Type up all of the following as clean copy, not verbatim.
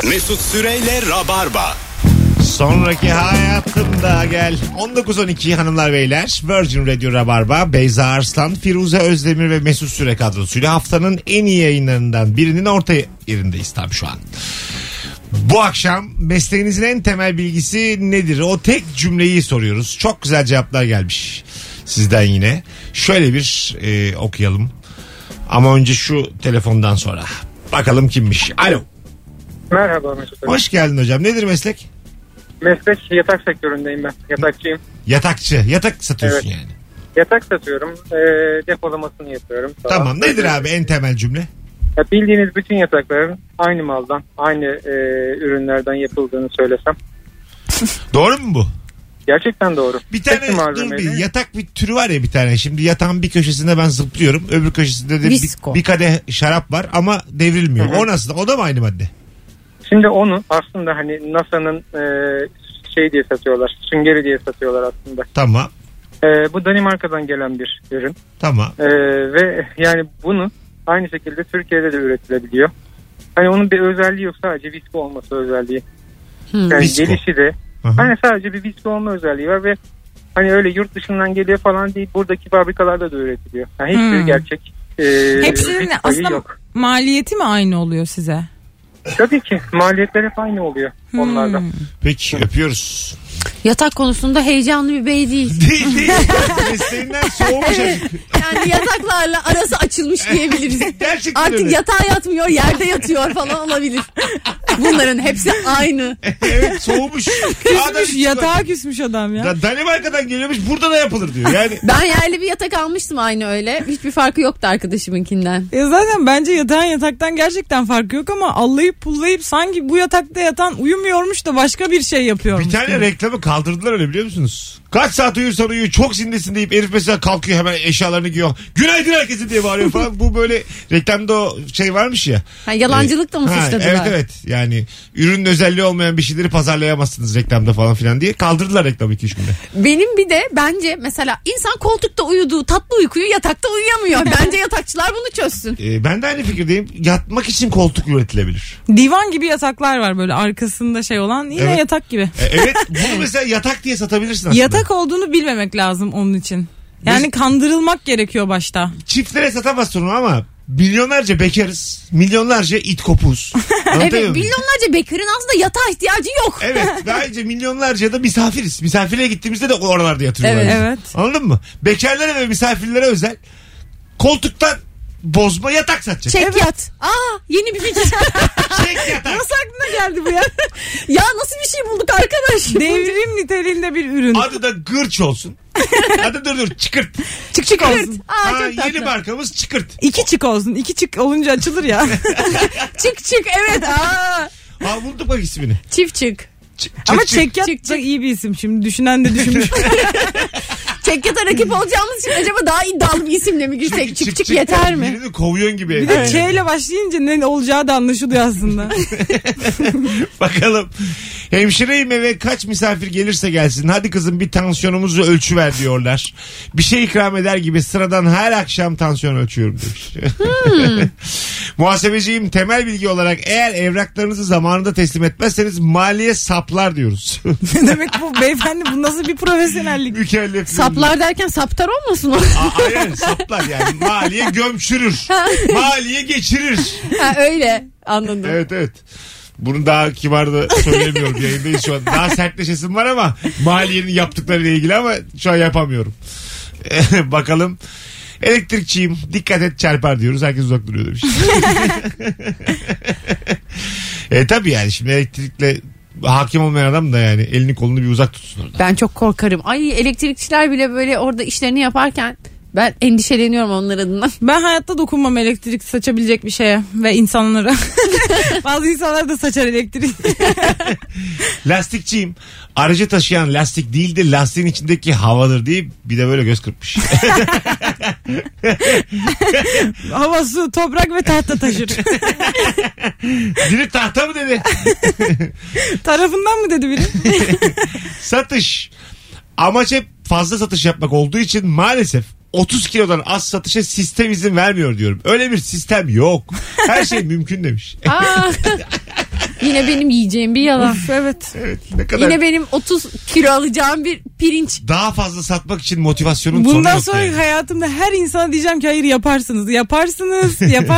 Mesut Süreyle Rabarba. Sonraki hayatımda gel. 19-12 hanımlar beyler. Virgin Radio Rabarba. Beyza Arslan, Firuze Özdemir ve Mesut Süre kadrosuyla haftanın en iyi yayınlarından birinin orta yerindeyiz tam şu an. Bu akşam mesleğinizin en temel bilgisi nedir? O tek cümleyi soruyoruz. Çok güzel cevaplar gelmiş sizden yine. Şöyle bir okuyalım. Ama önce şu telefondan sonra. Bakalım kimmiş? Alo. Merhaba Mesut. Hoş geldin hocam. Nedir meslek? Meslek yatak sektöründeyim ben. Yatakçıyım. Yatakçı. Yatak satıyorsun Evet. yani. Yatak satıyorum. Depolamasını yapıyorum. Tamam. Nedir abi en temel cümle? Ya bildiğiniz bütün yatakların aynı maldan, aynı ürünlerden yapıldığını söylesem. Doğru mu bu? Gerçekten doğru. Bir tane dur bir yatak bir türü var ya bir tane. Şimdi yatağın bir köşesinde ben zıplıyorum. Öbür köşesinde de bir kadeh şarap var ama devrilmiyor. Hı-hı. O nasıl? O da mı aynı madde? Şimdi onu aslında hani NASA'nın şey diye satıyorlar. Süngeri diye satıyorlar aslında. Tamam. Bu Danimarka'dan gelen bir ürün. Tamam. Ve yani bunu aynı şekilde Türkiye'de de üretilebiliyor. Hani onun bir özelliği yok, sadece viski olması özelliği. Yani Visko. gelişi de. Aha. Hani sadece bir viski olma özelliği var ve hani öyle yurt dışından geliyor falan değil, buradaki fabrikalarda da üretiliyor. Yani hiçbir gerçek hepsinin aslında yok. Maliyeti mi aynı oluyor size? Tabii ki maliyetler hep aynı oluyor onlarda. Peki öpüyoruz. Yatak konusunda heyecanlı bir bey değil. Değil. Mesleğinden soğumuş çocuk. Yani yataklarla arası açılmış diyebiliriz. Gerçekten Artık öyle. yatağa yatmıyor, yerde yatıyor falan olabilir. Bunların hepsi aynı. Evet soğumuş. Küsmüş, yatağa küsmüş adam ya. Danimarka'dan geliyormuş, burada da yapılır diyor. Yani Ben yerli bir yatak almıştım aynı öyle. Hiçbir farkı yoktu arkadaşımınkinden. Zaten bence yatağın yataktan gerçekten farkı yok ama allayıp pullayıp sanki bu yatakta yatan uyumuyormuş da başka bir şey yapıyormuş. bir tane reklamı kaldırdılar öyle, biliyor musunuz? Kaç saat uyursan uyu, çok zindesin deyip herif mesela kalkıyor, hemen eşyalarını giyiyor. Günaydın herkese diye bağırıyor falan. Bu böyle reklamda o şey varmış ya. Yalancılık da mı suçladılar? Evet yani ürünün özelliği olmayan bir şeyleri pazarlayamazsınız reklamda falan diye kaldırdılar reklamı 2-3 günde. Benim bir de bence mesela insan koltukta uyuduğu tatlı uykuyu yatakta uyuyamıyor. Bence yatakçılar bunu çözsün. Ben de aynı fikirdeyim. Yatmak için koltuk üretilebilir. Divan gibi yataklar var böyle arkasında şey olan, yine Evet. yatak gibi. Evet, bunu mesela yatak diye satabilirsin aslında. Yatak olduğunu bilmemek lazım onun için. Yani kandırılmak gerekiyor başta. Çiftlere satamazsın onu ama milyonlarca bekarız. Milyonlarca it kopuz. Evet, milyonlarca bekarın aslında yatağa ihtiyacı yok. Evet. Bence milyonlarca da misafiriz. Misafirliğe gittiğimizde de oralarda yatırıyorlar. Evet. bizi. Evet. Anladın mı? Bekarlara ve misafirlere özel koltuktan bozma yatak satacak. Çek yat. Yeni bir fikir. Çek yatak. Nasıl aklına geldi bu ya? Ya nasıl bir şey bulduk arkadaş? Devrim niteliğinde bir ürün. Adı da gırç olsun. Adı dur çıkırt. Çık olsun. Çok tatlı. Yeni markamız çıkırt. 2 çık olsun. 2 çık olunca açılır ya. Çık evet. Bulduk bak ismini. Çift çık. Ama çekyat çık. da iyi bir isim şimdi. Düşünen de düşünmüş. Çekyat'a rakip olacağımız için acaba daha iddialı bir isimle mi girsek? Çık yeter mi? Birini kovuyorsun gibi. Bir de Ç ile başlayınca ne olacağı da anlaşılıyor aslında. Bakalım. Hemşireyim eve kaç misafir gelirse gelsin. Hadi kızım bir tansiyonumuzu ölçüver diyorlar. Bir şey ikram eder gibi sıradan her akşam tansiyon ölçüyorum demiş. Muhasebeciyim, temel bilgi olarak eğer evraklarınızı zamanında teslim etmezseniz maliye saplar diyoruz. Ne demek bu beyefendi, bu nasıl bir profesyonellik? Mükellef. Saplar derken saptar olmasın o? Aynen saplar yani. Maliye gömçürür. Maliye geçirir. Öyle anladım. Evet. Bunu daha kibar da söylemiyorum, yayındayız şu an. Daha sertleşesim var ama maliyenin yaptıklarıyla ilgili, ama şu an yapamıyorum. Bakalım. Elektrikçiyim, dikkat et çarpar diyoruz. Herkes uzak duruyor demiş. Tabii yani şimdi elektrikle hakim olmayan adam da yani elini kolunu bir uzak tutsun orada. Ben çok korkarım. Ay, elektrikçiler bile böyle orada işlerini yaparken ben endişeleniyorum onlar adına. Ben hayatta dokunmam elektrik saçabilecek bir şeye ve insanlara. Bazı insanlar da saçar elektrik. Lastikçiyim. Aracı taşıyan lastik değil de lastiğin içindeki havadır diye bir de böyle göz kırpmış. Hava, su, toprak ve tahta taşır. Biri tahta mı dedi? Tarafından mı dedi biri? Satış. Amaç hep fazla satış yapmak olduğu için maalesef 30 kilodan az satışa sistem izin vermiyor diyorum. Öyle bir sistem yok. Her şey mümkün demiş. Yine benim yiyeceğim bir yalan. Evet. Evet, ne kadar Yine benim 30 kilo alacağım bir pirinç. daha fazla satmak için motivasyonun sonu Bundan yok sonra yani. hayatımda her insana diyeceğim ki hayır yaparsınız. Yaparsınız.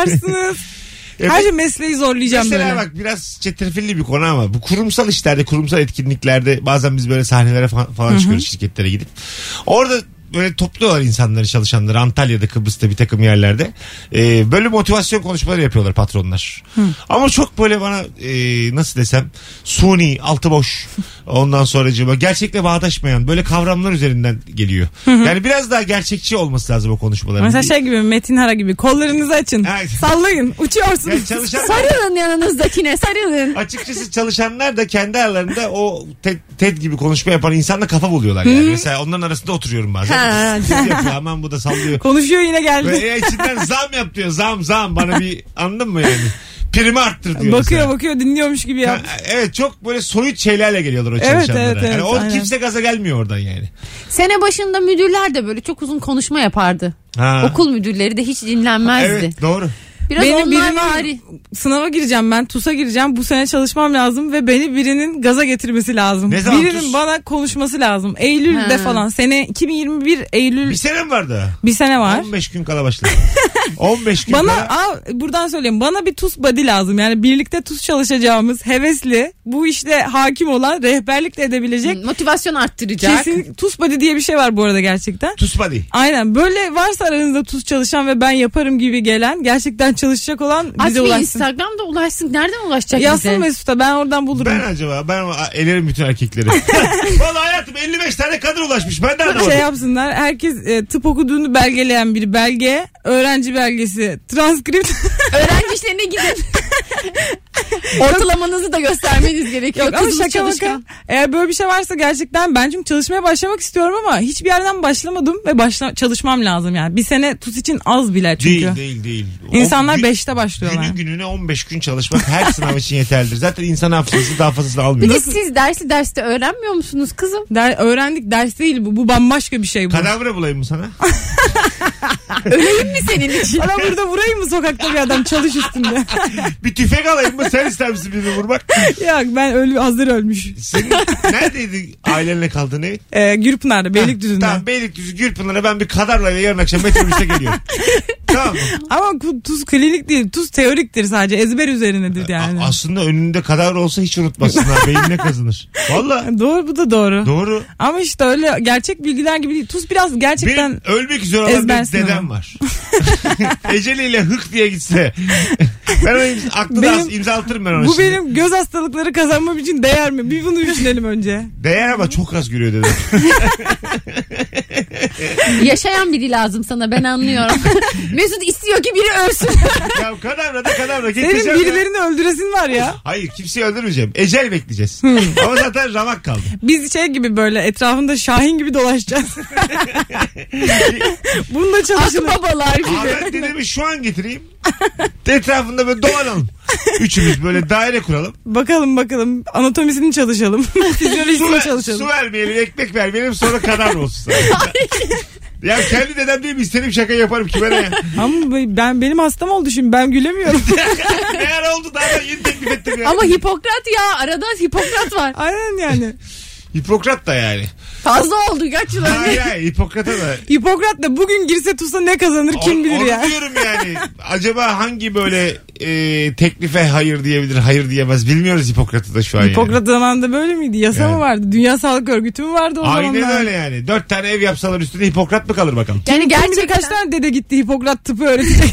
Her şey mesleği zorlayacağım Mesela böyle. bak biraz çetrefilli bir konu ama bu kurumsal işlerde, kurumsal etkinliklerde bazen biz böyle sahnelere falan çıkıyoruz şirketlere gidip. Orada böyle topluyorlar insanları, çalışanları, Antalya'da, Kıbrıs'ta bir takım yerlerde. Böyle motivasyon konuşmaları yapıyorlar patronlar. Ama çok böyle bana nasıl desem suni, altı boş, ondan sonracığıma gerçekle bağdaşmayan böyle kavramlar üzerinden geliyor. Yani biraz daha gerçekçi olması lazım o konuşmaların. Mesela şey gibi, Metin Hara gibi kollarınızı açın. Ha. Sallayın. Uçuyorsunuz. Yani çalışanlar, Sarılın yanınızdakine, sarılın. açıkçası çalışanlar da kendi aralarında o TED gibi konuşma yapan insanla kafa buluyorlar yani. Mesela onların arasında oturuyorum bazen. Siz yapıyor, aman bu da sallıyor. Konuşuyor yine geldi. Böyle içinden zam yap diyor. Zam bana bir, anladın mı yani? Primi arttır diyor. Bakıyor dinliyormuş gibi yap. Evet, çok böyle soyut şeylerle geliyorlar o çalışanlara. Evet, yani o aynen. kimse gaza gelmiyor oradan yani. Sene başında müdürler de böyle çok uzun konuşma yapardı. Ha. Okul müdürleri de hiç dinlenmezdi. Evet, doğru. Biraz Benim onlar birinin vari. sınava gireceğim ben. TUS'a gireceğim. Bu sene çalışmam lazım ve beni birinin gaza getirmesi lazım. Ne zaman Birinin TUS? bana konuşması lazım. Eylül'de Ha. falan. Sene 2021 Eylül Bir sene mi vardı? bir sene var. 15 gün kala başladı. 15 gün Bana kala. buradan söyleyeyim. Bana bir TUS buddy lazım. Yani birlikte TUS çalışacağımız, hevesli, bu işte hakim olan, rehberlik de edebilecek. Motivasyon arttıracak. Kesin TUS buddy diye bir şey var bu arada gerçekten. Tusbadi. Aynen, böyle varsa aranızda TUS çalışan ve ben yaparım gibi gelen, gerçekten çalışacak olan Aç bize bir ulaşsın. Instagram'da ulaşsın. Nereden ulaşacak Yazsın bize? Mesut'a, ben oradan bulurum. Ben elerim bütün erkekleri. Vallahi hayatım 55 tane kadın ulaşmış. Ben de anlamadım. Şey yapsınlar, herkes tıp okuduğunu belgeleyen bir belge, öğrenci belgesi, transkript. Öğrenci işlerine gidin. Ortalamanızı da göstermeniz gerekiyor. Yok ama Kızınız şaka çalışkan. maka. Eğer böyle bir şey varsa gerçekten, ben çünkü çalışmaya başlamak istiyorum ama hiçbir yerden başlamadım ve çalışmam lazım yani. Bir sene TUS için az bile çünkü. Değil. İnsanlar O 5'te başlıyorlar. Gününe 15 gün çalışmak her sınav için yeterlidir. Zaten insan hafızası daha fazlasını almıyor. Bir de siz derste öğrenmiyor musunuz kızım? Öğrendik, ders değil bu. Bu bambaşka bir şey bu. Kadavra bulayım mı sana? Öleyim mi senin için? Bana burada vurayım mı sokakta bir adam, çalış üstünde. Bir tüfek alayım mı? Sen ister misin birini vurmak? Yok, ben hazır ölmüş. Senin neredeydi ailenle kaldığın evin? Gürpınar'da, Beylikdüzü'nde. Tamam, Beylikdüzü Gürpınar'a ben bir kadarlayla yarın akşam metrobüse geliyorum. Tamam mı? Ama TUS klinik değil. TUS teoriktir sadece. Ezber üzerinedir yani. Aslında önünde kadavra olsa hiç unutmasın ha. Beynine kazınır. Valla. Doğru, bu da doğru. Doğru. Ama işte öyle gerçek bilgiler gibi değil. TUS biraz gerçekten Benim ölmek üzere olan ezber bir dedem sınavı. var. Eceliyle hık diye gitse. Ben onu aklına imzalatırım ben onu bu şimdi. benim göz hastalıkları kazanmam için değer mi? Bir bunu düşünelim önce. Değer ama çok az görüyor dedem. Yaşayan biri lazım sana, ben anlıyorum. Mesut istiyor ki biri ölsün. Ya kadavra Senin getireceğim ya. birilerini öldüresin var ya. Hayır, kimseyi öldürmeyeceğim. Ecel bekleyeceğiz. Ama zaten ramak kaldı. Biz şey gibi böyle etrafında Şahin gibi dolaşacağız. Bununla çalışalım. Babalar gibi. Abi ben dedemi şu an getireyim. Etrafında böyle dolanalım. Üçümüz böyle daire kuralım. Bakalım anatomisini çalışalım. Fizyolojisini Su çalışalım. vermeyelim, ekmek vermeyelim, sonra kadar olsun. Ya kendi dedem değil mi? İstediğim şaka yaparım kime ne ya? Ama benim hastam oldu şimdi, ben gülemiyorum. Ne ara oldu, daha da yeni teklif ettim ya. Ama Hipokrat ya, arada Hipokrat var. Aynen yani. Hipokrat da yani. Fazla oldu kaç yıl önce. Hayır, Hipokrat'a da. Hipokrat da bugün girse TUS'a ne kazanır kim bilir Onu ya. diyorum yani. Acaba hangi böyle teklife hayır diyebilir, hayır diyemez, bilmiyoruz Hipokrat'ı da şu an yani. Hipokrat zamanında böyle miydi? Yasa mı vardı? Dünya Sağlık Örgütü mü vardı o zamanlar? Aynen öyle yani. 4 tane ev yapsalar üstüne Hipokrat mı kalır bakalım? Yani Gerçekten gerçekten kaç tane dede gitti Hipokrat tıpı öğretecek.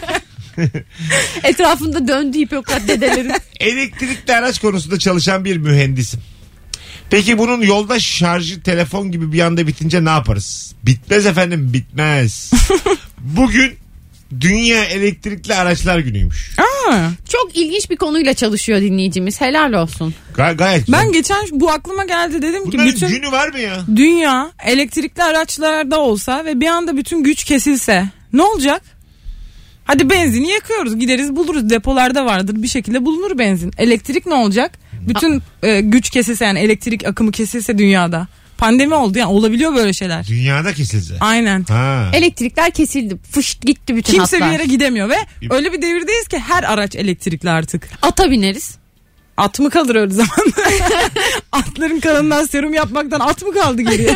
etrafında döndü Hipokrat dedelerin. Elektrikli araç konusunda çalışan bir mühendisim. Peki bunun yolda şarjı telefon gibi bir anda bitince ne yaparız? Bitmez efendim, bitmez. Bugün Dünya Elektrikli Araçlar Günü'ymüş. Aa, Çok ilginç bir konuyla çalışıyor dinleyicimiz. Helal olsun. Gayet güzel. ben geçen bu aklıma geldi, dedim ki Bunların bütün günü var mı ya? dünya elektrikli araçlarda olsa ve bir anda bütün güç kesilse ne olacak? Hadi benzini yakıyoruz, gideriz buluruz, depolarda vardır, bir şekilde bulunur benzin. Elektrik ne olacak? Bütün güç kesilse, yani elektrik akımı kesilse dünyada. Pandemi oldu yani, olabiliyor böyle şeyler. Dünyada kesilse. Aynen. Ha. Elektrikler kesildi. Fışt gitti bütün Kimse hatlar. bir yere gidemiyor ve öyle bir devirdeyiz ki her araç elektrikli artık. Ata bineriz. At mı kalır öyle zaman? Atların kanından serum yapmaktan at mı kaldı geriye?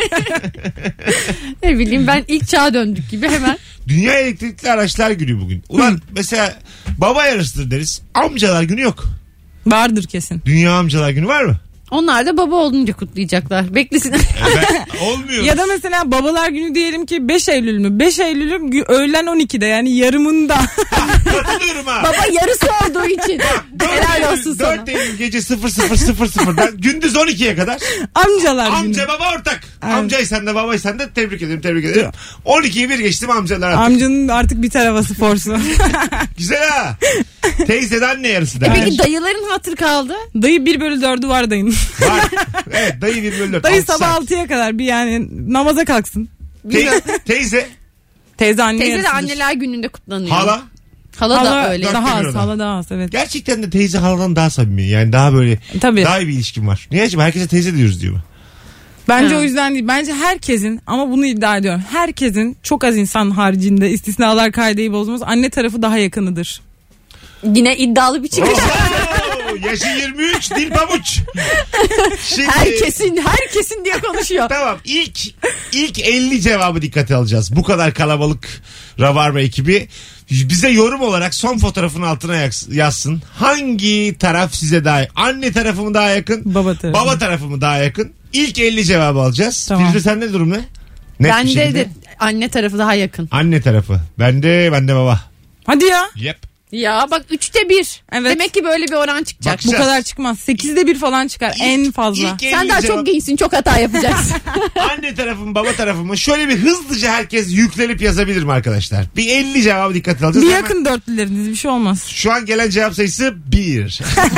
Ne bileyim ben ilk çağa döndük gibi hemen. Dünya Elektrikli Araçlar Günü bugün. Ulan mesela baba yarısıdır deriz. Amcalar günü yok. Vardır kesin. Dünya Amcalar Günü var mı? Onlar da baba olunca kutlayacaklar. Beklesin. Olmuyor. Ya da mesela babalar günü diyelim ki 5 Eylül mü? 5 Eylül'ün öğlen 12'de yani yarımında. Katılıyorum ha. Baba yarısı olduğu için. Helal olsun sana. 4 Eylül gece 00.00'dan gündüz 12'ye kadar. Amcalar günü. Amca baba ortak. Evet. Amcaysan da babaysan da tebrik ederim. 12'yi bir geçtim amcalar artık. Amcanın artık bir tarafası forsu. Güzel ha. Teyzeden ne yarısı da. Peki dayıların hatır kaldı. Dayı 1/4'ü var dayının. Var. Evet dayı 1/4. Dayı sabah 6'ya kadar bir yani namaza kalksın. Teyze. Teyze anne Teyze de yarısıdır. anneler gününde kutlanıyor. Hala. Hala da öyle. Dört Daha demir az, ona. hala daha az evet. Gerçekten de teyze haladan daha samimi. Yani daha böyle Tabii. daha iyi bir ilişkin var. Niye acaba? Herkese teyze diyoruz diyor mu? Bence Ha. o yüzden değil. Bence herkesin ama bunu iddia ediyorum. Herkesin çok az insan haricinde istisnalar kaideyi bozmaz. Anne tarafı daha yakınıdır. Yine iddialı bir çıkış. Oo, yaşı 23 dil pabuç. Şimdi, herkesin diye konuşuyor. Tamam ilk 50 cevabı dikkate alacağız. Bu kadar kalabalık Rabarba ekibi bize yorum olarak son fotoğrafın altına yazsın. Hangi taraf size daha yakın? Anne tarafı mı daha yakın? Baba tarafı. Baba tarafı mı daha yakın? İlk 50 cevabı alacağız. Tamam. Firuze sende durum ne? Net bir Bende şekilde. de anne tarafı daha yakın. Anne tarafı. Bende baba. Hadi ya. Yep. Ya bak 3'te 1. Evet. Demek ki böyle bir oran çıkacak. Bakacağız. Bu kadar çıkmaz. 8'de 1 falan çıkar en fazla. İlk 50 Sen daha cevap- çok gençsin, çok hata yapacaksın. Anne tarafı mı baba tarafı mı? Şöyle bir hızlıca herkes yüklenip yazabilir mi arkadaşlar? Bir 50 cevabı dikkate alacağız. Bir Hemen- yakın dörtlüleriniz bir şey olmaz. Şu an gelen cevap sayısı 1.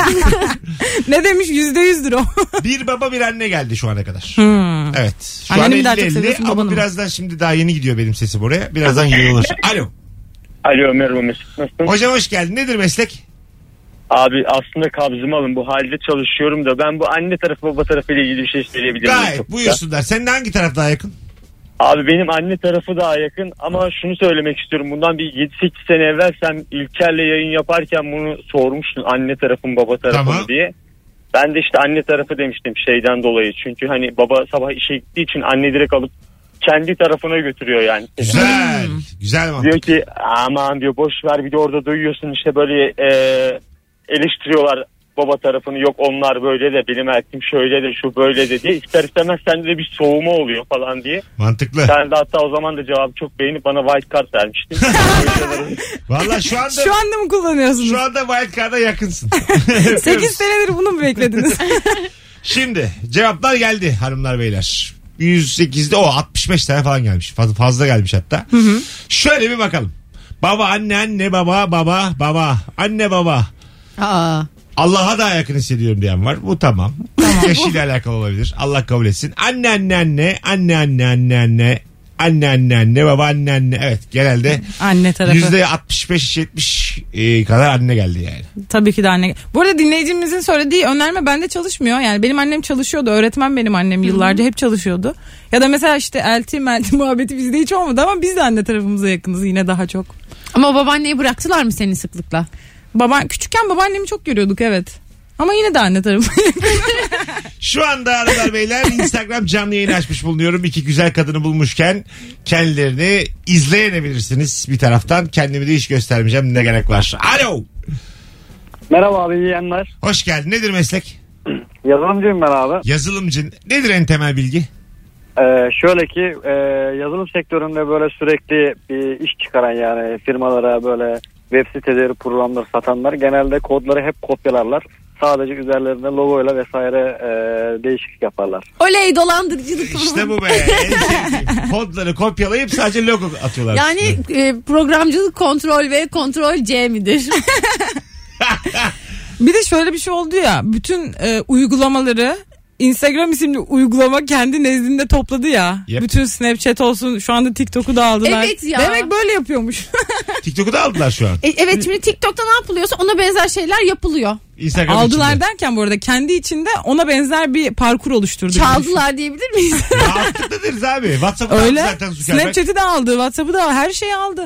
Ne demiş %100'dür o. Bir baba bir anne geldi şu ana kadar. Evet. Şu Anneni an mi daha çok 50-50 seviyorsun, ama babanı mı? birazdan şimdi daha yeni gidiyor benim sesim oraya. Birazdan yayılır. Alo. Alo merhaba Mesut, nasılsın? Hocam hoş geldin. Nedir meslek? Abi aslında kabzımı alın, bu halde çalışıyorum da ben bu anne tarafı baba tarafı ile ilgili bir şey söyleyebilir miyim? Gayet buyursunlar. Senin hangi taraf daha yakın? Abi benim anne tarafı daha yakın ama şunu söylemek istiyorum. Bundan bir 7-8 sene evvel sen İlker'le yayın yaparken bunu sormuştun, anne tarafım baba tarafım Tamam. diye. Ben de işte anne tarafı demiştim şeyden dolayı. Çünkü hani baba sabah işe gittiği için anne direkt alıp kendi tarafına götürüyor yani. Güzel. Güzel mantık. Diyor ki aman diyor boş ver, bir de orada duyuyorsun işte böyle eleştiriyorlar baba tarafını, yok onlar böyle de benim erkeğim şöyle de şu böyle de diye, ister istemez sende de bir soğuma oluyor falan diye. Mantıklı. Sen de hatta o zaman da cevabı çok beğenip bana white card vermiştin. Valla şu anda Şu anda mı kullanıyorsunuz? şu anda wildcard'a yakınsın. 8 senedir bunu mu beklediniz? Şimdi cevaplar geldi hanımlar beyler. 108'de o 65 tane falan gelmiş. Fazla gelmiş hatta. Şöyle bir bakalım. Baba anne anne baba baba baba anne baba. Aa. Allah'a daha yakın hissediyorum diyen var. Bu tamam. Yaşıyla alakalı olabilir. Allah kabul etsin. Anne anne anne anne anne anne anne anne anne anne baba anne anne. Evet genelde Anne tarafı. %65-70 kadar anne geldi yani. Tabii ki de anne. Bu arada dinleyicimizin söylediği önerme bende çalışmıyor. Yani benim annem çalışıyordu. Öğretmen benim annem yıllarca hep çalışıyordu. Ya da mesela işte elti melti muhabbeti bizde hiç olmadı ama biz de anne tarafımıza yakınız yine daha çok. Ama babaanneyi bıraktılar mı seni sıklıkla? Küçükken babaannemi çok görüyorduk evet. Ama yine de anne tarafı. Şu anda hanımlar beyler Instagram canlı yayını açmış bulunuyorum. İki güzel kadını bulmuşken kendilerini izleyebilirsiniz bir taraftan. Kendimi de hiç göstermeyeceğim, ne gerek var. Alo. Merhaba abi, iyi yayınlar. Hoş geldin. Nedir meslek? Yazılımcıyım ben abi. Yazılımcı. Nedir en temel bilgi? Şöyle ki yazılım sektöründe böyle sürekli bir iş çıkaran, yani firmalara böyle web siteleri, programları satanlar genelde kodları hep kopyalarlar. Sadece üzerlerinde logoyla vesaire değişiklik yaparlar. Oley, dolandırıcılık. İşte bu be. En sevdiğim. Kodları kopyalayıp sadece logo atıyorlar. Yani üstüne. programcılık Ctrl V Ctrl C midir? Bir de şöyle bir şey oldu ya. Bütün uygulamaları Instagram isimli uygulama kendi nezdinde topladı ya. Yep. Bütün Snapchat olsun, şu anda TikTok'u da aldılar. Evet ya. Demek böyle yapıyormuş. TikTok'u da aldılar şu an. Evet, şimdi TikTok'ta ne yapılıyorsa ona benzer şeyler yapılıyor. Instagram Aldılar içinde. derken bu arada kendi içinde ona benzer bir parkur oluşturdu. Çaldılar diyebilir miyiz? Rahatlıkla deriz abi. WhatsApp'ı da aldı Öyle. zaten Zuckerberg. Snapchat'i de aldı, WhatsApp'ı da, her şeyi aldı.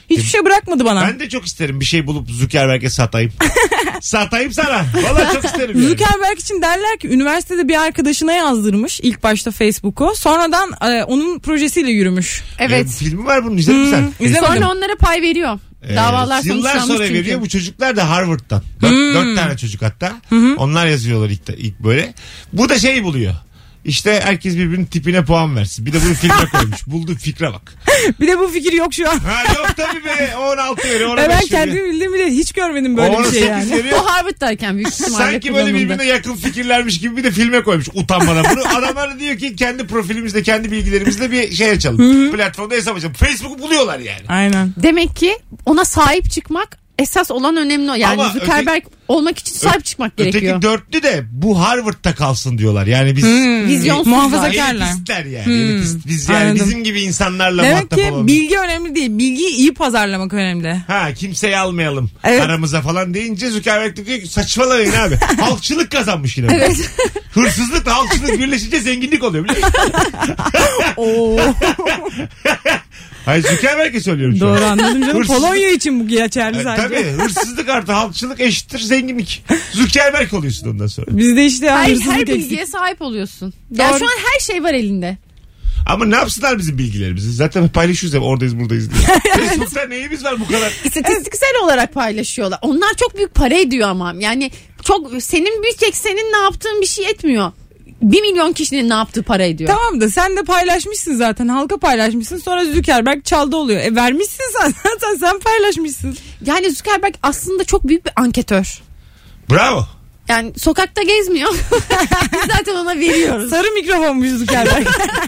Hiçbir şey bırakmadı bana. Ben de çok isterim bir şey bulup Zuckerberg'e satayım. Satayım sana. Vallahi çok isterim yani. Zuckerberg için derler ki üniversitede bir arkadaşına yazdırmış ilk başta Facebook'u. Sonradan onun projesiyle yürümüş. Evet. Filmi var bunun, izledin mi sen? İzlemedim. Sonra onlara pay veriyor. Davalar yıllar sonuçlanmış sonra çünkü. veriyor. Bu çocuklar da Harvard'dan. 4 tane çocuk hatta. Onlar yazıyorlar ilk böyle. Bu da şey buluyor. İşte herkes birbirinin tipine puan versin. Bir de bunu filme koymuş. Bulduğu fikre bak. Bir de bu fikir yok şu an. Ha yok tabii be. 16 veriyor. 15 Ben veriyor. kendimi bildiğim bile hiç görmedim böyle bir 18 şey yani. veriyor. O Harvard'dayken büyük ihtimalle Sanki böyle kullanıldı. birbirine yakın fikirlermiş gibi bir de filme koymuş utanmadan bunu. Adamlar diyor ki kendi profilimizde, kendi bilgilerimizle bir şey açalım. Platformda hesap açalım. Facebook'u buluyorlar yani. Aynen. Demek ki ona sahip çıkmak esas olan önemli o. Yani Ama Zuckerberg olmak için sahip çıkmak gerekiyor. Öteki dörtlü de bu Harvard'da kalsın diyorlar. Yani biz Vizyonsuz Muhafazakarlar. elitistler yani. Elitist. Biz yani Anladım. bizim gibi insanlarla Demek muhatap ki olalım. bilgi önemli değil. Bilgiyi iyi pazarlamak önemli. Ha kimseyi almayalım Evet. aramıza falan deyince Zuckerberg de diyor ki saçmalamayın abi. Halkçılık kazanmış yine. Evet. Hırsızlıkla halkçılık birleşince zenginlik oluyor biliyor musun? Hayır Zuckerberg'e söylüyorum şu an. Doğru anladım canım. Hırsızlık- Polonya için bu geçerli sadece. Tabii hırsızlık artı halkçılık eşittir zenginlik. Zuckerberg oluyorsun ondan sonra. Bizde işte Her hırsızlık eksik. bilgiye sahip oluyorsun. Ya Doğru. şu an her şey var elinde. Ama ne yapsınlar bizim bilgilerimizi? Zaten paylaşıyoruz ya oradayız buradayız diye. Facebook'ta neyimiz var bu kadar? İstatistiksel olarak paylaşıyorlar. Onlar çok büyük para ediyor ama. Yani çok senin bir tek senin ne yaptığın bir şey etmiyor. 1 milyon kişinin ne yaptığı para ediyor. Tamam da sen de paylaşmışsın zaten. Halka paylaşmışsın. Sonra Zuckerberg çaldı oluyor. Vermişsin zaten. Sen paylaşmışsın. Yani Zuckerberg aslında çok büyük bir anketör. Bravo. Yani sokakta gezmiyor. Biz zaten ona veriyoruz. Sarı mikrofonmuş Zuckerberg.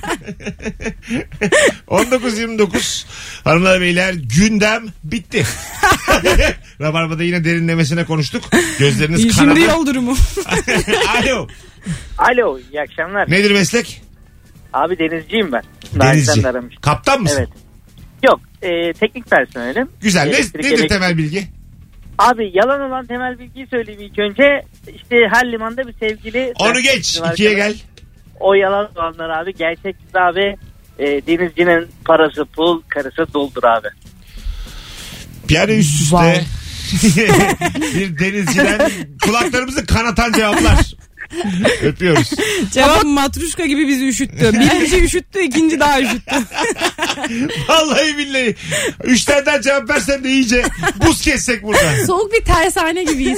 19.29 hanımlar beyler gündem bitti. Rabarba'da yine derinlemesine konuştuk. Gözleriniz Şimdi kanadı. yol durumu. Alo. Alo, iyi akşamlar. Nedir meslek? Abi denizciyim ben. Daha Denizci. önceden de aramıştım. Kaptan mısın? Evet. Yok, teknik personelim. Güzel. Elektrik, Nedir temel bilgi? Abi yalan olan temel bilgiyi söyleyeyim ilk önce. İşte her limanda bir sevgili. Onu geç. İkiye gel. O yalan olanlar abi. Gerçekten abi denizcinin parası pul, karısı doldur abi. Yani üst üste bir denizciden kulaklarımızı kanatan cevaplar. Öpüyoruz. Cevap matruşka gibi bizi üşüttü. Birinci üşüttü, ikinci daha üşüttü. Vallahi billahi. 3 taneden cevap versen de iyice buz kessek burada. Soğuk bir tersane gibiyiz.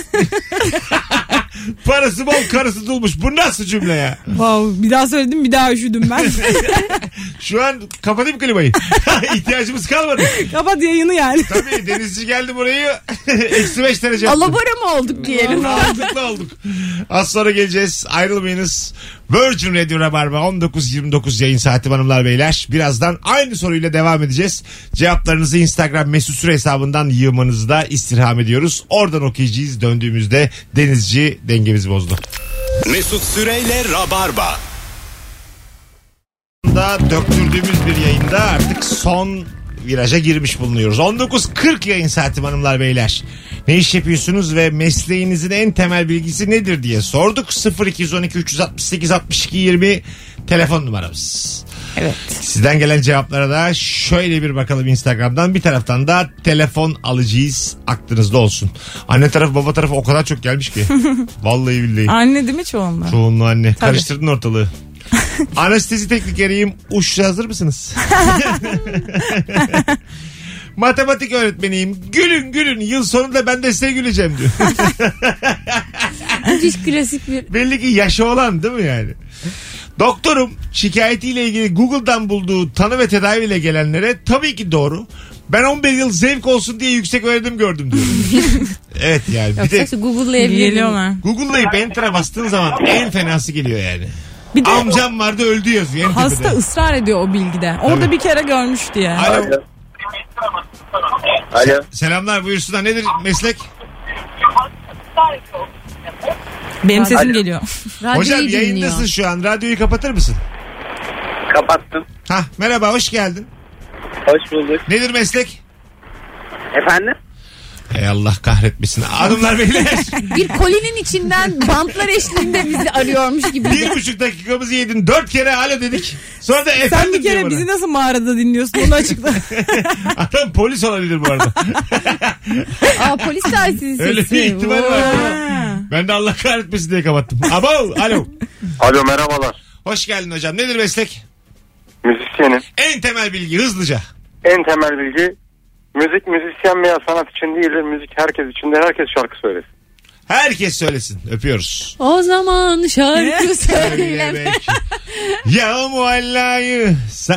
Parası bol karısı dolmuş. Bu nasıl cümle ya? Wow, bir daha söyledim bir daha üşüdüm ben. Şu an kapatayım klimayı. İhtiyacımız kalmadı. Kapat yayını yani. Tabii denizci geldi burayı. -5 derece yaptı. Alabora mı olduk diyelim. Mantıklı olduk. Az sonra geleceğiz. Ayrılmayınız. Virgin Radio Rabarba 19.29 yayın saati hanımlar beyler. Birazdan aynı soruyla devam edeceğiz. Cevaplarınızı Instagram mesut süre hesabından yığmanızı da istirham ediyoruz. Oradan okuyacağız. Döndüğümüzde denizci dengemizi bozdu. Mesut Süreyle Rabarba. Da döktürdüğümüz bir yayında artık son viraja girmiş bulunuyoruz. 19.40 yayın saati hanımlar beyler. Ne iş yapıyorsunuz ve mesleğinizin en temel bilgisi nedir diye sorduk. 0212 368 62 20 telefon numaramız. Evet. Sizden gelen cevaplara da şöyle bir bakalım Instagram'dan. Bir taraftan da telefon alacağız. Aklınızda olsun. Anne tarafı baba tarafı o kadar çok gelmiş ki. Vallahi billahi. Anne değil mi çoğunluğu? Çoğunluğu anne. Tabii. Karıştırdın ortalığı. Anestezi teknikeriyim. Uş hazır mısınız? Matematik öğretmeniyim. Gülün gülün. Yıl sonunda ben de size güleceğim diyor. Hiç klasik bir... Belli ki yaşı olan değil mi yani? Doktorum şikayetiyle ilgili Google'dan bulduğu tanı ve tedaviyle gelenlere tabii ki doğru. Ben 11 yıl zevk olsun diye yüksek öğrenim gördüm diyor. Evet yani. Bir de Yoksa Google'layabilirim. Geliyorlar. Google'layıp enter'a bastığın zaman en fenası geliyor yani. Bir de Amcam vardı öldü yazıyor en hasta tepede. ısrar ediyor o bilgide. Orada Tabii. bir kere görmüş diye. Alo. Alo. Selamlar buyursunlar. Nedir meslek? Benim sesim geliyor. Radyoyu Hocam dinliyor. yayındasın şu an. Radyoyu kapatır mısın? Kapattım. Hah merhaba hoş geldin. Hoş bulduk. Nedir meslek? Efendim? Ey Allah kahretmesin. Hanımlar beyler. Bir kolinin içinden bantlar eşliğinde bizi arıyormuş gibi. 1,5 dakikamızı yedin. 4 kere alo dedik. Sonra da Sen efendim bir kere diyor bana. bizi nasıl mağarada dinliyorsun onu açıkla. Adam polis olabilir bu arada. Polis telsiz'i sesi. Öyle bir ihtimal var. Ben de Allah kahretmesin diye kapattım. Abo, alo. Alo, merhabalar. Hoş geldin hocam. Nedir meslek? Müzisyenim. En temel bilgi hızlıca. En temel bilgi, müzik müzisyen veya sanat için değildir. Müzik herkes içindir. Herkes şarkı söylesin. Herkes söylesin. Öpüyoruz. O zaman şarkı söyleme. Söylemek. Ya muallayı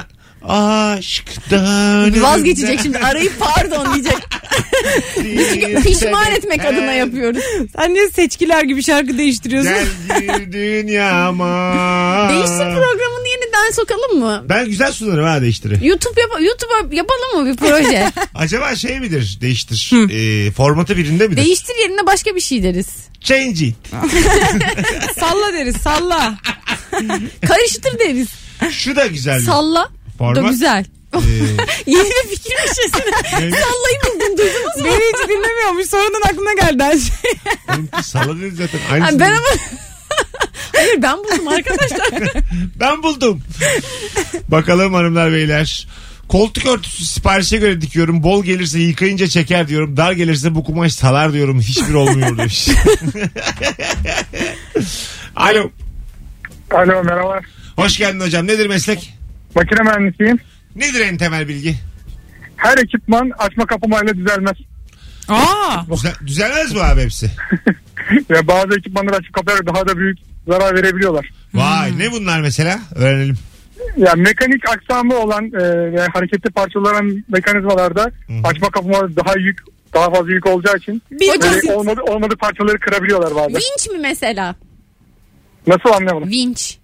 aşktan. Vazgeçecek şimdi arayıp pardon diyecek. Çünkü pişman etmek adına yapıyoruz. Sen niye seçkiler gibi şarkı değiştiriyorsun? Gel gir dünyama. Değiştir programını yeniden sokalım mı? Ben güzel sunarım ha değiştiri. YouTube'a yapalım mı bir proje? Acaba şey midir değiştir? Formatı birinde midir? Değiştir yerine başka bir şey deriz. Change it. Salla deriz salla. Karıştır deriz. Şu da güzel. Salla. Format. Da güzel. Yeni bir fikirmiş yaşına. Sallayı buldun, duydunuz mu? Beni hiç dinlemiyormuş. Sonradan aklına geldi her şey. Benimki salla dedi zaten. Aynısı Ben değil. ama... Hayır ben buldum arkadaşlar. Ben buldum. Bakalım hanımlar beyler. Koltuk örtüsü siparişe göre dikiyorum. Bol gelirse yıkayınca çeker diyorum. Dar gelirse bu kumaş salar diyorum. Hiçbir olmuyor demiş. Alo. Alo, merhaba. Hoş geldin hocam. Nedir meslek? Makine mühendisiyim. Nedir en temel bilgi? Her ekipman açma kapamayla düzelmez. Düzelmez mi abi hepsi? Ve bazı ekipmanları açıp kapayarak daha da büyük zarar verebiliyorlar. Vay ne bunlar mesela? Öğrenelim. Yani mekanik aksamı olan ve hareketli parçalanan mekanizmalarda açma kapama daha fazla yük olacağı için olmadığı parçaları kırabiliyorlar bazen. Vinç mi mesela? Nasıl anlayamadım? Vinç.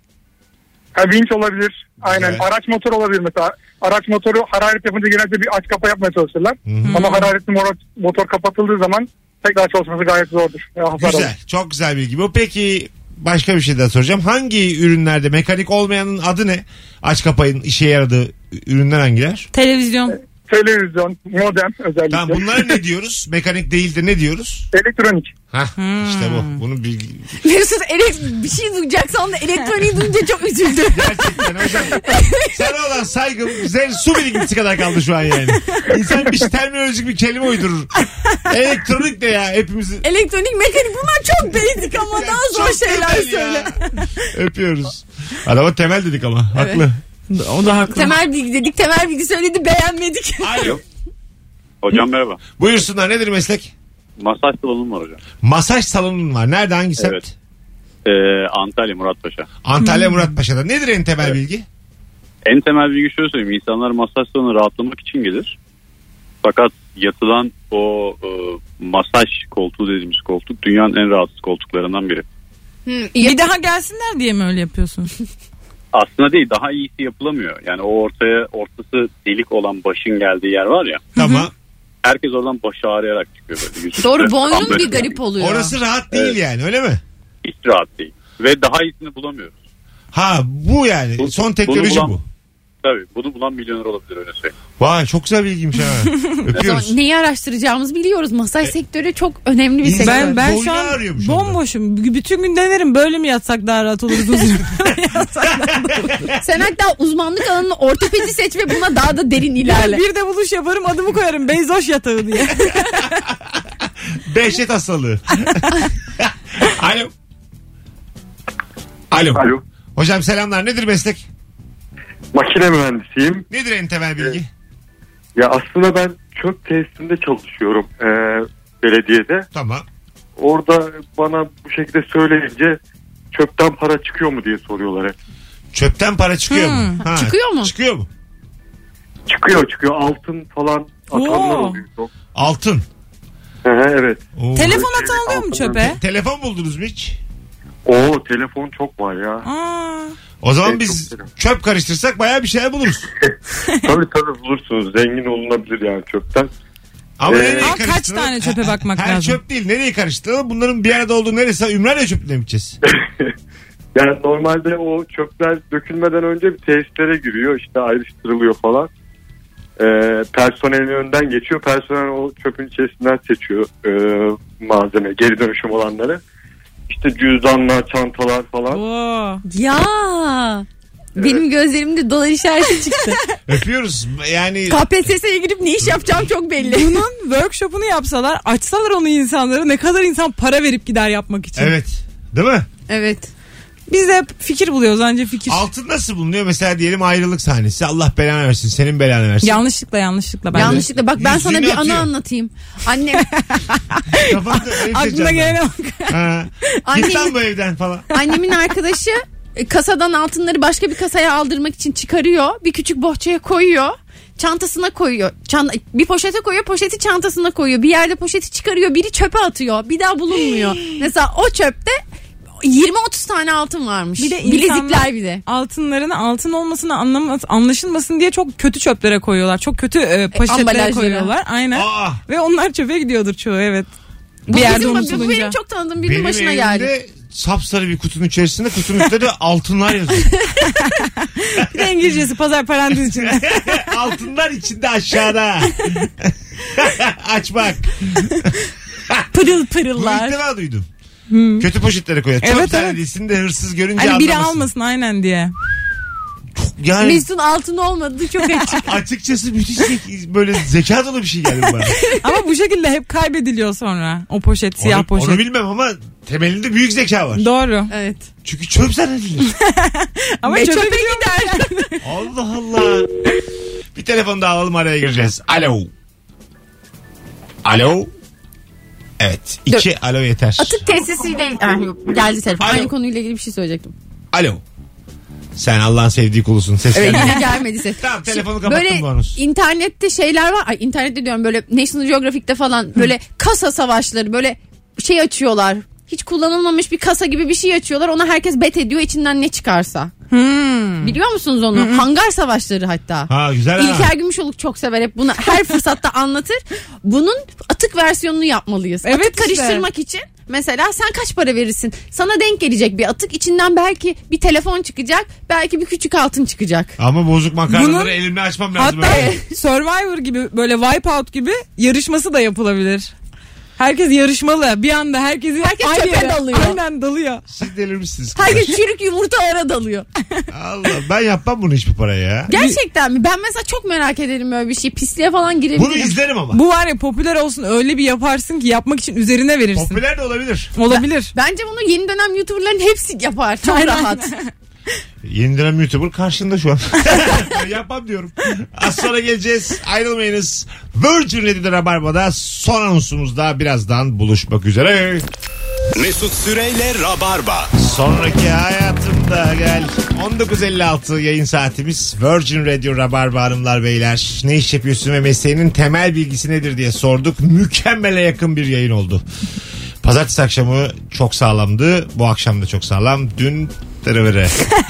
Vinç olabilir. Aynen. Evet. Araç motoru olabilir mesela. Araç motoru hararet yapınca genelde bir aç kapa yapmaya çalışırlar. Ama hararetli motor kapatıldığı zaman tekrar çalışması gayet zordur. Güzel. Çok güzel bilgi bu. Peki başka bir şey daha soracağım. Hangi ürünlerde mekanik olmayanın adı ne? Aç kapayın işe yaradığı ürünler hangiler? Televizyon. Televizyon, modem özellikle. Tamam bunlara ne diyoruz? Mekanik değil de ne diyoruz? Elektronik. Hah işte bu. Bunu bilgi... Mesut bir şey duyacaksan da elektroniği duyunca çok üzüldü. Gerçekten hocam. Sana olan saygım su bilgisi kadar kaldı şu an yani. İnsan bir terminolojik bir kelime uydurur. Elektronik de ya hepimizin. Elektronik, mekanik bunlar çok basic ama Ya, daha zor çok şeyler temel söyle. ya. Öpüyoruz. Adama temel dedik ama. Haklı. O da haklı. Temel bilgi dedik, temel bilgi söyledi, beğenmedik. Alo. Hocam merhaba. Buyursunlar nedir meslek? Masaj salonum var hocam. Masaj salonun var. Nerede hangi semt? Evet. Antalya Muratpaşa. Antalya Muratpaşa'da. Nedir en temel bilgi? En temel bilgi şöyle söyleyeyim. İnsanlar masaj salonuna rahatlamak için gelir. Fakat yatılan o masaj koltuğu dediğimiz koltuk dünyanın en rahatsız koltuklarından biri. Bir daha gelsinler diye mi öyle yapıyorsun? Aslında değil, daha iyisi yapılamıyor. Yani o ortası delik olan başın geldiği yer var ya. Tamam. Herkes oradan başı ağrıyarak çıkıyor böyle. Yüzüstü. Doğru, boynun Böyle bir garip oluyor. Orası rahat değil yani öyle mi? hiç rahat değil. Ve daha iyisini bulamıyoruz. Ha bu yani. Son teknoloji bu. Tabii bunu bulan milyoner olabilir öyle söyleyeyim. Vay çok güzel bilgiymiş ha. Öpüyoruz. Neyi araştıracağımızı biliyoruz. Masaj sektörü çok önemli bir sektör. Ben Boynu şu an ağrıyormuş bomboşum. Bütün gün denerim böyle mi yatsak daha rahat oluruz. Sen hatta uzmanlık alanını ortopedi seç ve buna daha da derin ilerle. Bir de buluş yaparım adımı koyarım Beyzoş yatağı diye. Behçet hastalığı. Alo. Alo. Alo. Hocam selamlar. Nedir meslek? Makine mühendisiyim. Nedir en temel bilgi? Ya aslında ben çöp tesisinde çalışıyorum belediyede. Tamam. Orada bana bu şekilde söyleyince çöpten para çıkıyor mu diye soruyorlar hep. Çöpten para çıkıyor mu? Ha, Çıkıyor mu? Çıkıyor mu? Çıkıyor. Altın falan atanlar Oo. oluyor çok. Altın. Evet. Oo. Telefon atan oluyor mu çöpe? Telefon buldunuz mu hiç? Oo, telefon çok var ya. Aa. O zaman Evet, biz çok güzel. çöp karıştırsak bayağı bir şeyler buluruz. tabii bulursunuz. Zengin olunabilir yani çöpten. Ama nereye Ama kaç karıştıralım? tane çöpe bakmak Her lazım? çöp değil. Nereye karıştıralım? Bunların bir arada olduğu neresi? Ümraniye çöplüğüne mi gideceğiz? Yani normalde o çöpler dökülmeden önce bir tesislere giriyor. İşte ayrıştırılıyor falan. personelin önden geçiyor. Personel o çöpün içerisinden seçiyor malzeme, geri dönüşüm olanları. İşte cüzdanlar, çantalar falan. Ya benim gözlerimde dolar işareti çıktı. Öpüyoruz. Yani KPSS'ye girip ne iş yapacağım çok belli. Bunun workshop'unu yapsalar, açsalar onu insanlara, ne kadar insan para verip gider yapmak için. evet. Değil mi? Evet. Biz de hep fikir buluyoruz, anca fikir. Altın nasıl bulunuyor? Mesela diyelim ayrılık sahnesi. Allah belanı versin. Senin belanı versin. Yanlışlıkla. Yanlışlıkla. Bak ben sana bir Yüzüğünü anı atıyor. anlatayım. Annem Aklına gelene bak. Git lan bu evden falan. Annemin arkadaşı kasadan altınları başka bir kasaya aldırmak için çıkarıyor. Bir küçük bohçaya koyuyor. Çantasına koyuyor. Bir poşete koyuyor, poşeti çantasına koyuyor. Bir yerde poşeti çıkarıyor, biri çöpe atıyor. Bir daha bulunmuyor. Mesela o çöpte 20-30 tane altın varmış. Bir de bilezikler bir de. Altınların altın olmasını anlaşılmasın diye çok kötü çöplere koyuyorlar. Çok kötü poşetlere ambalajlara koyuyorlar. Aynen. Aa! Ve onlar çöpe gidiyordur çoğu, evet. Bu Bir yerde bizim, unutulunca. bu benim çok tanıdığım birinin Benim başına evimde geldi. sapsarı bir kutunun içerisinde, kutunun üstünde de altınlar yazıyor. Bir de İngilizcesi pazar parantez içinde. Altınlar içinde aşağıda. Aç bak. Pırıl Bu pırıllar. ilk defa duydum. Kötü poşetlere koyuyor. Çok Evet, zannedilsin de hırsız görünce Hani biri anlamasın. almasın aynen diye. Yani Mesut'un altın olmadığı çok açık. açıkçası müthiş böyle zeka dolu bir şey geldi bana. Ama bu şekilde hep kaybediliyor sonra o poşet, siyah poşet. Onu bilmem ama temelinde büyük zeka var. Doğru. Evet. Çünkü çöp zannedilir. Ama Ve çöpe çöpe gider. Allah Allah. Bir telefon daha alalım, araya gireceğiz. Alo. Alo. Evet. 2 alo yeter. Atık tesisiyle geldi telefon. Alo. Aynı konuyla ilgili bir şey söyleyecektim. Alo. Sen Allah'ın sevdiği kulusun. Ses Evet, geldi. yine gelmedi ses. Tamam, telefonu kapattım böyle bonus. internette şeyler var. Ay, internette diyorum, böyle National Geographic'te falan böyle kasa savaşları, böyle şey açıyorlar. Hiç kullanılmamış bir kasa gibi bir şey açıyorlar. Ona herkes bet ediyor içinden ne çıkarsa. Biliyor musunuz onu? Hangar savaşları hatta. Ha, güzel ha. İlker Gümüşoluk çok sever, hep bunu her fırsatta anlatır. Bunun atık versiyonunu yapmalıyız. Evet, atık karıştırmak için. Mesela sen kaç para verirsin? Sana denk gelecek bir atık. İçinden belki bir telefon çıkacak. Belki bir küçük altın çıkacak. Ama bozuk makarnaları Bunun- elimle açmam lazım. Hatta öyle. Survivor gibi, böyle Wipeout gibi yarışması da yapılabilir. Herkes yarışmalı. Bir anda herkes aynı çöpe yere, dalıyor. Aynen dalıyor. Siz delirmişsiniz. Herkes çürük yumurtalara dalıyor. Allah, ben yapmam bunu hiçbir paraya ya. Gerçekten mi? Ben mesela çok merak ederim öyle bir şey. Pisliğe falan Bunu girebilirim. izlerim ama. Bu var ya, popüler olsun, öyle bir yaparsın ki yapmak için üzerine verirsin. Popüler de olabilir. Olabilir. Bence bunu yeni dönem YouTuber'ların hepsi yapar. Çok Aynen. rahat. Yeni dönem YouTuber karşında şu an. Yapmam diyorum. Az sonra geleceğiz. Ayrılmayınız. Virgin Radio'da Rabarba'da son anonsumuzda birazdan buluşmak üzere. Mesut Süreyle Rabarba. Sonraki hayatımda gel. 19.56 yayın saatimiz. Virgin Radio Rabarba hanımlar beyler. Ne iş yapıyorsun ve mesleğinin temel bilgisi nedir diye sorduk. Mükemmele yakın bir yayın oldu. Pazartesi akşamı çok sağlamdı. Bu akşam da çok sağlam. Dün tırıvırı.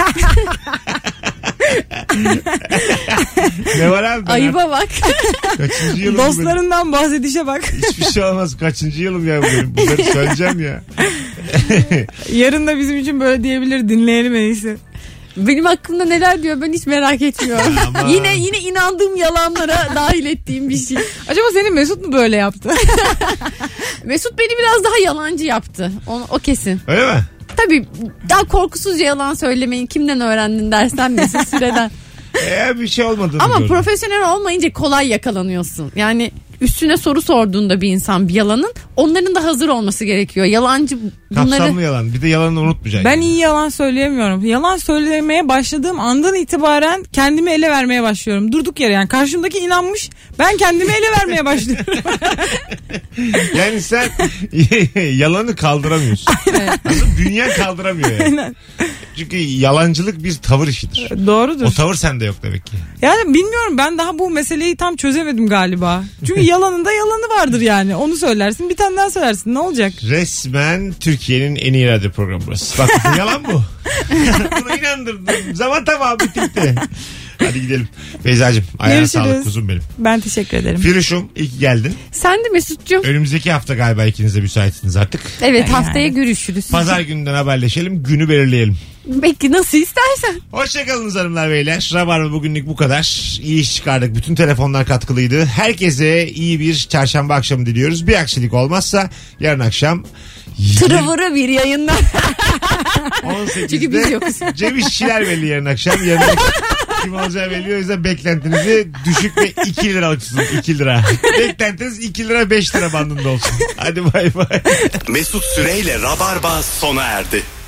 Ne var abi? Ben Ayıba bak. kaçıncı yılım? Dostlarından bahsedişe bak. Hiçbir şey olmaz. Kaçıncı yılım ya benim? Bunları söyleyeceğim ya. Yarın da bizim için böyle diyebilir, dinleyelim en iyisi. Benim hakkımda neler diyor ben hiç merak etmiyorum. Aman. yine inandığım yalanlara dahil ettiğim bir şey. Acaba senin Mesut mu böyle yaptı? Mesut beni biraz daha yalancı yaptı. O kesin. Öyle mi? Tabii daha korkusuzca yalan söylemeyi kimden öğrendin dersen Mesut Süre'den. Bir şey olmadığını Ama gördüm. profesyonel olmayınca kolay yakalanıyorsun. Yani üstüne soru sorduğunda bir insan bir yalanın, onların da hazır olması gerekiyor. Yalancı bunları... Kapsamlı yalan. Bir de yalanı unutmayacaksın. Ben iyi yalan söyleyemiyorum. Yalan söylemeye başladığım andan itibaren kendimi ele vermeye başlıyorum. Durduk yere, yani karşımdaki inanmış, ben kendimi ele vermeye başlıyorum. Yani sen yalanı kaldıramıyorsun. Aslında bünyen kaldıramıyor yani. Aynen. Çünkü yalancılık bir tavır işidir. Doğrudur. O tavır sende yok demek ki. Yani bilmiyorum, ben daha bu meseleyi tam çözemedim galiba. Çünkü yalanında yalanı vardır yani. Onu söylersin, bir tane daha söylersin, ne olacak? Resmen Türkiye'nin en iyi radyo programı burası. Bak yalan bu. Buna inandırdım. Zaman tamam bitti. Hadi gidelim. Beyzacığım ayağına Görüşürüz. sağlık kuzum benim. Ben teşekkür ederim. Firuş'um iyi ki geldin. Sen de Mesut'cum. Önümüzdeki hafta galiba ikiniz de müsaitsiniz artık. Evet Yani. haftaya görüşürüz. Pazar gününden haberleşelim. Günü belirleyelim. Belki nasıl istersen. Hoşçakalınız hanımlar beyler. Rabarba bugünlük bu kadar. İyi iş çıkardık. Bütün telefonlar katkılıydı. Herkese iyi bir çarşamba akşamı diliyoruz. Bir aksilik olmazsa yarın akşam Tırıvırı bir yayında. 18'de Çünkü biz yokuz. Cem İşçiler belli yarın akşam. Yarın kim olacağı belli. O yüzden beklentinizi düşük ve 2 lira olsun. 2 lira. Beklentiniz 2 lira 5 lira bandında olsun. Hadi bay bay. Mesut Süreyle Rabarba sona erdi.